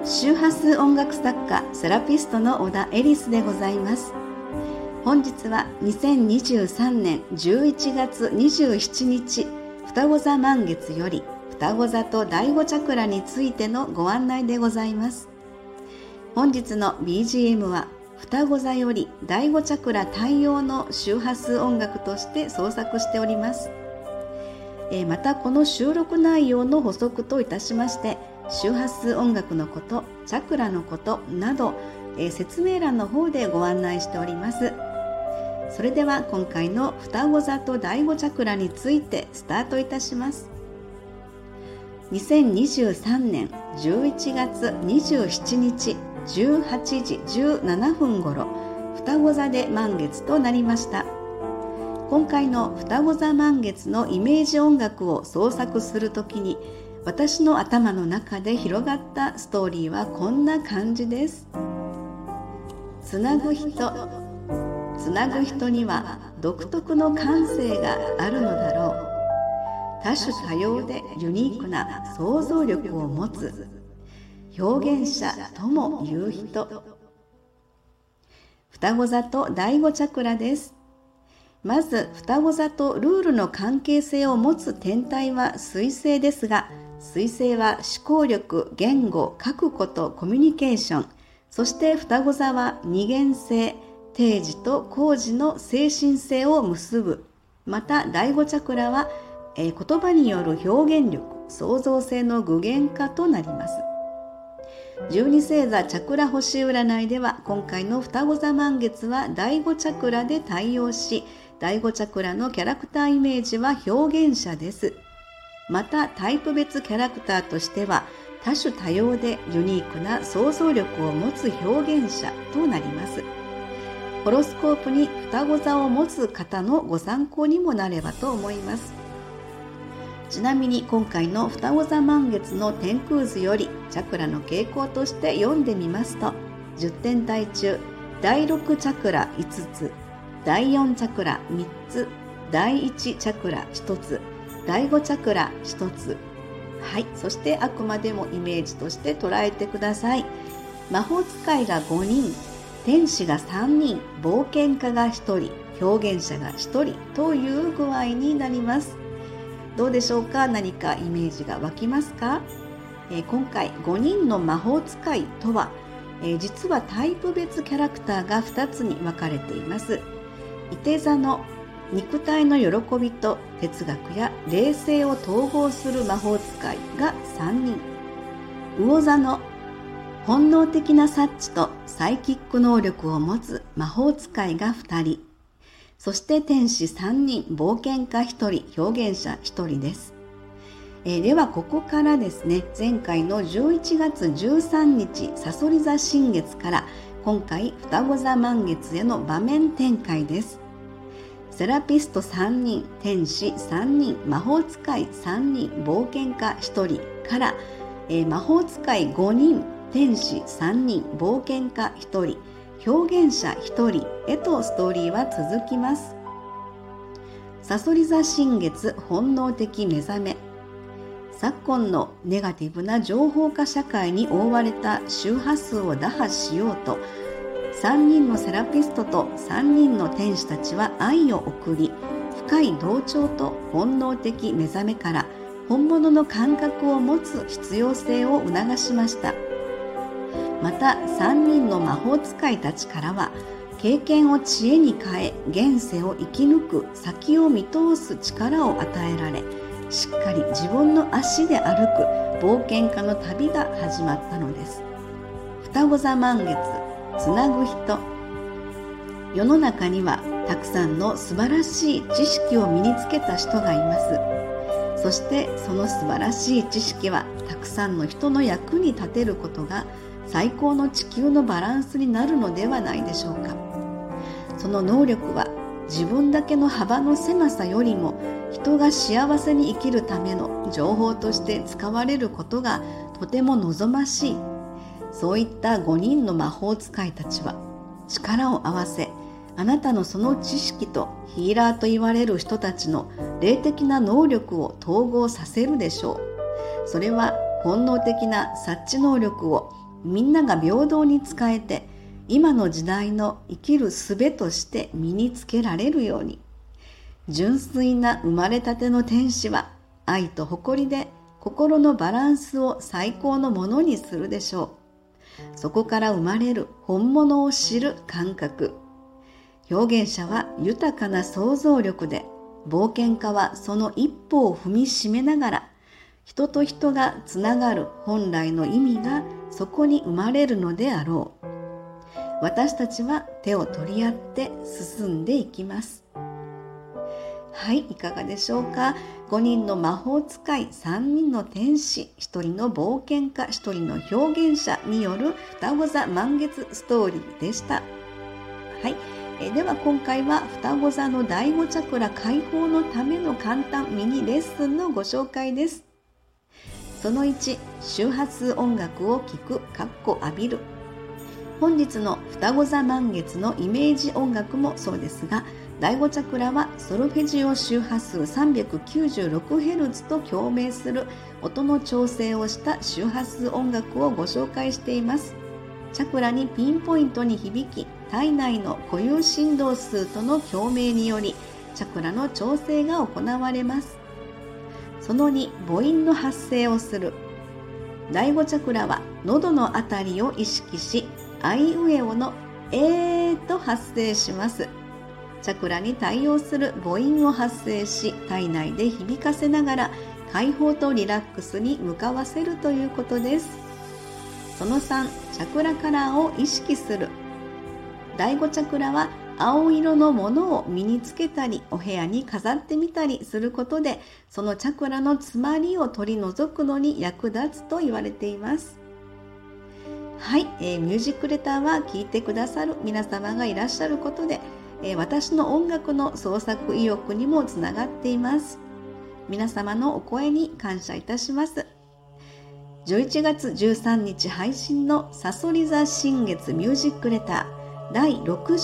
周波数音楽作家セラピストの小田エリスでございます。本日は2023年11月27日双子座満月より双子座と第5チャクラについてのご案内でございます。本日の BGM は双子座より第5チャクラ対応の周波数音楽として創作しております。またこの収録内容の補足といたしまして、周波数音楽のこと、チャクラのことなど、説明欄の方でご案内しております。それでは今回の双子座と第5チャクラについてスタートいたします。2023年11月27日18時17分頃、双子座で満月となりました。今回の双子座満月のイメージ音楽を創作するときに、私の頭の中で広がったストーリーはこんな感じです。つなぐ人には独特の感性があるのだろう。多種多様でユニークな想像力を持つ表現者とも言う人。双子座と第5チャクラです。まず双子座とルールの関係性を持つ天体は水星ですが、水星は思考力、言語、書くこと、コミュニケーション、そして双子座は二元性、定時と工事の精神性を結ぶ。また第5チャクラは言葉による表現力、創造性の具現化となります。12星座チャクラ星占いでは、今回の双子座満月は第5チャクラで対応し、第5チャクラのキャラクターイメージは表現者です。またタイプ別キャラクターとしては、多種多様でユニークな想像力を持つ表現者となります。ホロスコープに双子座を持つ方のご参考にもなればと思います。ちなみに今回の双子座満月の天空図よりチャクラの傾向として読んでみますと、10天体中第6チャクラ5つ、第4チャクラ3つ、第1チャクラ1つ、第5チャクラ1つ。はい、そしてあくまでもイメージとして捉えてください。魔法使いが5人、天使が3人、冒険家が1人、表現者が1人という具合になります。どうでしょうか？何かイメージが湧きますか？今回5人の魔法使いとは、実はタイプ別キャラクターが2つに分かれています。いて座の肉体の喜びと哲学や霊性を統合する魔法使いが3人、魚座の本能的な察知とサイキック能力を持つ魔法使いが2人、そして天使3人、冒険家1人、表現者1人です。ではここからですね、前回の11月13日さそり座新月から今回双子座満月への場面展開です。セラピスト3人、天使3人、魔法使い3人、冒険家1人から、魔法使い5人、天使3人、冒険家1人、表現者1人へとストーリーは続きます。さそり座新月本能的目覚め。昨今のネガティブな情報化社会に覆われた周波数を打破しようと、3人のセラピストと3人の天使たちは愛を送り、深い同調と本能的目覚めから本物の感覚を持つ必要性を促しました。また3人の魔法使いたちからは、経験を知恵に変え現世を生き抜く先を見通す力を与えられ、しっかり自分の足で歩く冒険家の旅が始まったのです。双子座満月、つなぐ人。世の中にはたくさんの素晴らしい知識を身につけた人がいます。そしてその素晴らしい知識はたくさんの人の役に立てることが最高の地球のバランスになるのではないでしょうか。その能力は自分だけの幅の狭さよりも人が幸せに生きるための情報として使われることがとても望ましい。そういった5人の魔法使いたちは力を合わせ、あなたのその知識とヒーラーと言われる人たちの霊的な能力を統合させるでしょう。それは本能的な察知能力をみんなが平等に使えて、今の時代の生きる術として身につけられるように。純粋な生まれたての天使は愛と誇りで心のバランスを最高のものにするでしょう。そこから生まれる本物を知る感覚。表現者は豊かな想像力で、冒険家はその一歩を踏みしめながら、人と人がつながる本来の意味がそこに生まれるのであろう。私たちは手を取り合って進んでいきます。はい、いかがでしょうか。5人の魔法使い、3人の天使、1人の冒険家、1人の表現者による双子座満月ストーリーでした。はい、では今回は双子座の第5チャクラ解放のための簡単ミニレッスンのご紹介です。その1、周波数音楽を聴く浴びる。本日の双子座満月のイメージ音楽もそうですが、第5チャクラはソルフェジオ周波数 396Hz と共鳴する音の調整をした周波数音楽をご紹介しています。チャクラにピンポイントに響き、体内の固有振動数との共鳴によりチャクラの調整が行われます。その2、母音の発声をする。第5チャクラは喉のあたりを意識し、あいうえおのと発声します。チャクラに対応する母音を発声し、体内で響かせながら解放とリラックスに向かわせるということです。その3、チャクラカラーを意識する。第5チャクラは青色のものを身につけたり、お部屋に飾ってみたりすることで、そのチャクラの詰まりを取り除くのに役立つと言われています。はい、ミュージックレターは聴いてくださる皆様がいらっしゃることで、私の音楽の創作意欲にもつながっています。皆様のお声に感謝いたします。11月13日配信のさそり座新月ミュージックレター第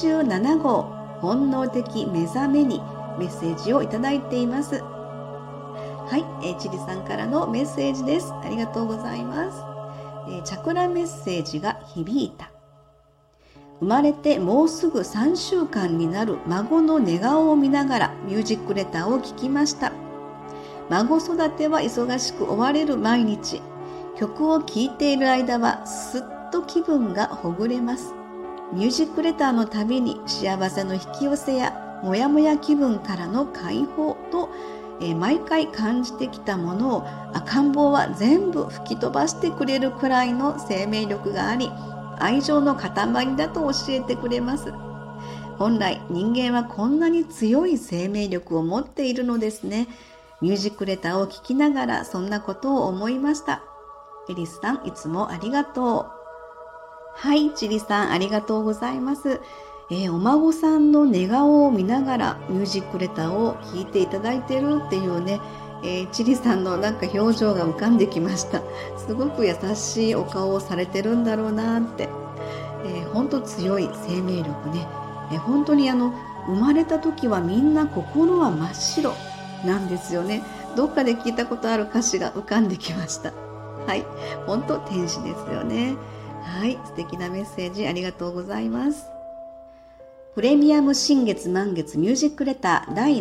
67号本能的目覚めにメッセージをいただいています。はい、ちりさんからのメッセージです。ありがとうございます。チャクラメッセージが響いた。生まれてもうすぐ3週間になる孫の寝顔を見ながらミュージックレターを聞きました。孫育ては忙しく追われる毎日。曲を聴いている間はすっと気分がほぐれます。ミュージックレターのたびに幸せの引き寄せやもやもや気分からの解放と、毎回感じてきたものを赤ん坊は全部吹き飛ばしてくれるくらいの生命力があり、愛情の塊だと教えてくれます。本来人間はこんなに強い生命力を持っているのですね。ミュージックレターを聞きながらそんなことを思いました。エリスさん、いつもありがとう。はい、チリさん、ありがとうございます。お孫さんの寝顔を見ながらミュージックレターを聞いていただいてるっていうね、チリさんのなんか表情が浮かんできました。すごく優しいお顔をされてるんだろうなって、本当強い生命力ね。本当に生まれた時はみんな心は真っ白なんですよね。どっかで聞いたことある歌詞が浮かんできました。はい、本当天使ですよね。はい、素敵なメッセージありがとうございます。プレミアム新月満月ミュージックレター第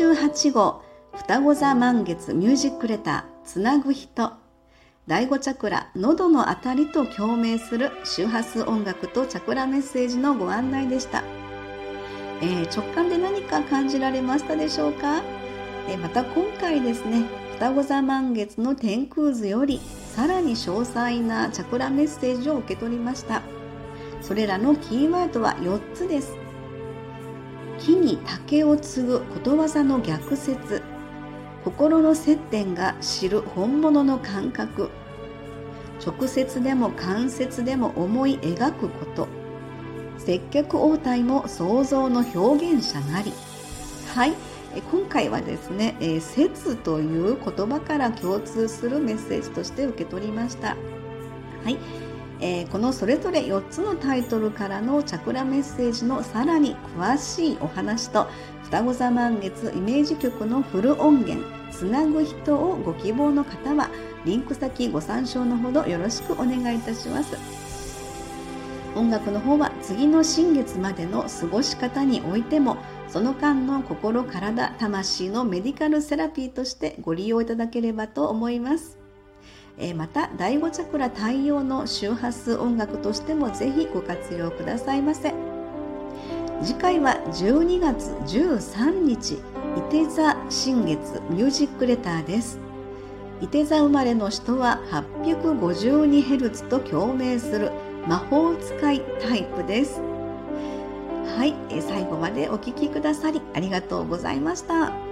68号双子座満月ミュージックレターつなぐ人。第5チャクラ喉のあたりと共鳴する周波数音楽とチャクラメッセージのご案内でした。直感で何か感じられましたでしょうか。また今回ですね、双子座満月の天空図よりさらに詳細なチャクラメッセージを受け取りました。それらのキーワードは4つです。木に竹を継ぐことわざの逆説、心の接点が知る本物の感覚、直接でも間接でも思い描くこと、接客応対も想像の表現者なり。はい、今回はですね、説という言葉から共通するメッセージとして受け取りました。はい、 このそれぞれ4つのタイトルからのチャクラメッセージのさらに詳しいお話と、双子座満月イメージ曲のフル音源つなぐ人をご希望の方はリンク先ご参照のほどよろしくお願いいたします。音楽の方は次の新月までの過ごし方においても、その間の心、体、魂のメディカルセラピーとしてご利用いただければと思います。また第5チャクラ対応の周波数音楽としてもぜひご活用くださいませ。次回は12月13日、いて座新月ミュージックレターです。いて座生まれの人は 852Hz と共鳴する魔法使いタイプです。はい、最後までお聞きくださりありがとうございました。